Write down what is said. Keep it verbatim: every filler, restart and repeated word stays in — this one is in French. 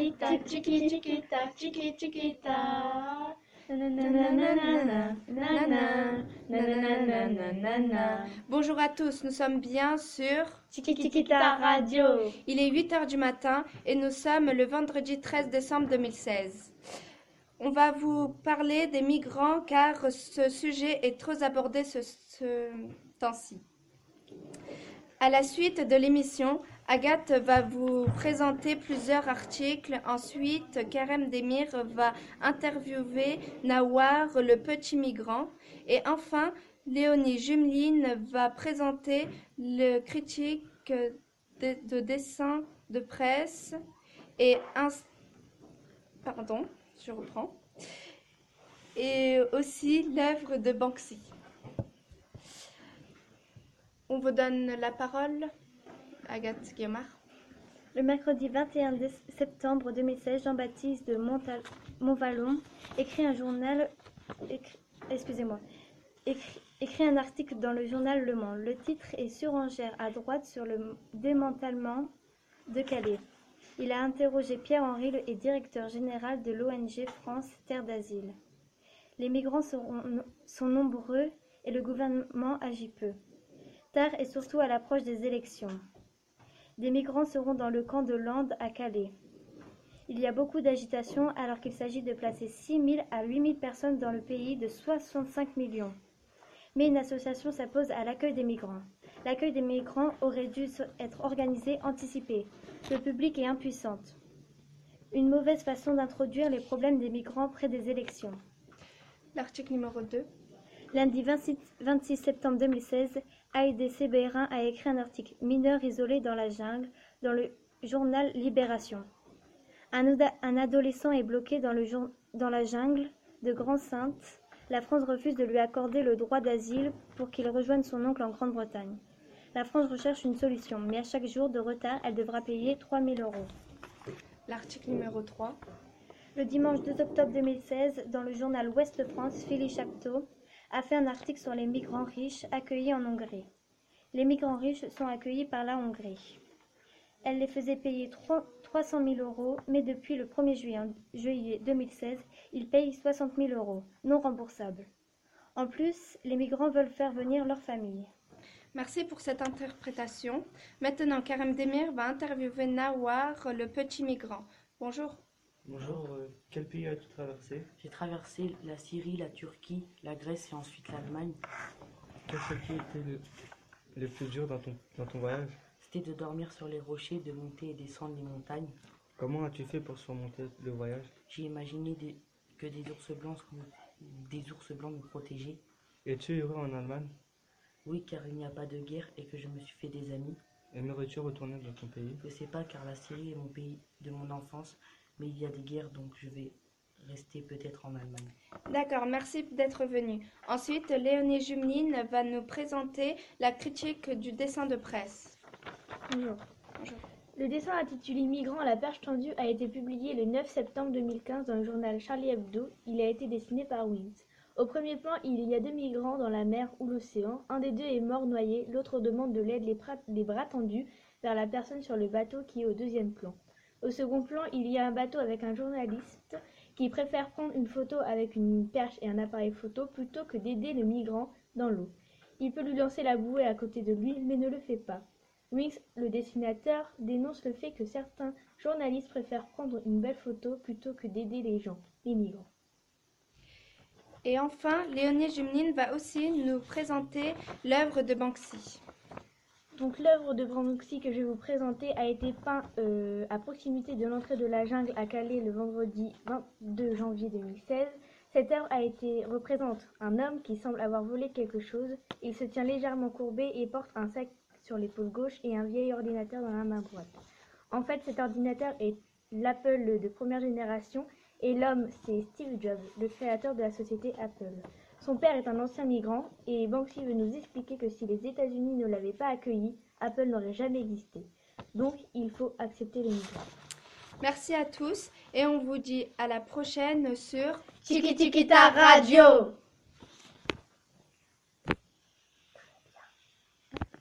chiquita, chiqui chiquita, chiqui chiquita. Nanana, nanana, nanana, nanana. Bonjour à tous, nous sommes bien sur Chiquita Radio. Il est huit heures du matin et nous sommes le vendredi treize décembre deux mille seize. On va vous parler des migrants car ce sujet est trop abordé ce, ce temps-ci. À la suite de l'émission, Agathe va vous présenter plusieurs articles. Ensuite, Karem Demir va interviewer Nawar, le petit migrant. Et enfin, Léonie Jumeline va présenter le critique de, de dessin de presse et un... Pardon, je reprends. Et aussi l'œuvre de Banksy. On vous donne la parole, Agathe Guillaumard. Le mercredi vingt et un septembre deux mille seize, Jean-Baptiste de Montal- Montvallon écrit un journal, écrit, excusez-moi, écrit, écrit un article dans le journal Le Mans. Le titre est Surenchère à droite sur le démantèlement de Calais. Il a interrogé Pierre-Henri et directeur général de l'O N G France Terre d'Asile. Les migrants seront, sont nombreux et le gouvernement agit peu. Tard et surtout à l'approche des élections. Des migrants seront dans le camp de Lande à Calais. Il y a beaucoup d'agitation alors qu'il s'agit de placer six mille à huit mille personnes dans le pays de soixante-cinq millions. Mais une association s'oppose à l'accueil des migrants. L'accueil des migrants aurait dû être organisé, anticipé. Le public est impuissant. Une mauvaise façon d'introduire les problèmes des migrants près des élections. L'article numéro deux. Lundi vingt-six septembre deux mille seize, A I D C Bérin a écrit un article « Mineurs isolés dans la jungle » dans le journal Libération. Un, un adolescent est bloqué dans, le, dans la jungle de Grand-Sainte. La France refuse de lui accorder le droit d'asile pour qu'il rejoigne son oncle en Grande-Bretagne. La France recherche une solution, mais à chaque jour de retard, elle devra payer trois mille euros. L'article numéro trois. Le dimanche deux octobre deux mille seize, dans le journal Ouest France, Philippe Chapteau a fait un article sur les migrants riches accueillis en Hongrie. Les migrants riches sont accueillis par la Hongrie. Elle les faisait payer trois cent mille euros, mais depuis le premier juillet deux mille seize, ils payent soixante mille euros, non remboursables. En plus, les migrants veulent faire venir leur famille. Merci pour cette interprétation. Maintenant, Karem Demir va interviewer Nawar, le petit migrant. Bonjour. Bonjour, euh, quel pays as-tu traversé? J'ai traversé la Syrie, la Turquie, la Grèce et ensuite l'Allemagne. Qu'est-ce qui était le, le plus dur dans ton, dans ton voyage? C'était de dormir sur les rochers, de monter et descendre les montagnes. Comment as-tu fait pour surmonter le voyage? J'ai imaginé des, que des ours blancs, des ours blancs me protégeaient. Es-tu heureux en Allemagne? Oui, car il n'y a pas de guerre et que je me suis fait des amis. Aimerais-tu retourner dans ton pays? Je ne sais pas, car la Syrie est mon pays de mon enfance. Mais il y a des guerres, donc je vais rester peut-être en Allemagne. D'accord, merci d'être venu. Ensuite, Léonie Jumeline va nous présenter la critique du dessin de presse. Bonjour. Bonjour. Le dessin intitulé Migrants à la perche tendue a été publié le neuf septembre deux mille quinze dans le journal Charlie Hebdo. Il a été dessiné par Wings. Au premier plan, il y a deux migrants dans la mer ou l'océan. Un des deux est mort noyé, l'autre demande de l'aide, les, les bras tendus vers la personne sur le bateau qui est au deuxième plan. Au second plan, il y a un bateau avec un journaliste qui préfère prendre une photo avec une perche et un appareil photo plutôt que d'aider le migrant dans l'eau. Il peut lui lancer la bouée à côté de lui, mais ne le fait pas. Wings, le dessinateur, dénonce le fait que certains journalistes préfèrent prendre une belle photo plutôt que d'aider les gens, les migrants. Et enfin, Léonie Jumeline va aussi nous présenter l'œuvre de Banksy. Donc l'œuvre de Banksy que je vais vous présenter a été peinte euh, à proximité de l'entrée de la jungle à Calais le vendredi vingt-deux janvier deux mille seize. Cette œuvre a été représente un homme qui semble avoir volé quelque chose. Il se tient légèrement courbé et porte un sac sur l'épaule gauche et un vieil ordinateur dans la main droite. En fait, cet ordinateur est l'Apple de première génération et l'homme, c'est Steve Jobs, le créateur de la société Apple. Son père est un ancien migrant et Banksy veut nous expliquer que si les États-Unis ne l'avaient pas accueilli, Apple n'aurait jamais existé. Donc, il faut accepter les migrants. Merci à tous et on vous dit à la prochaine sur Chiquita Radio.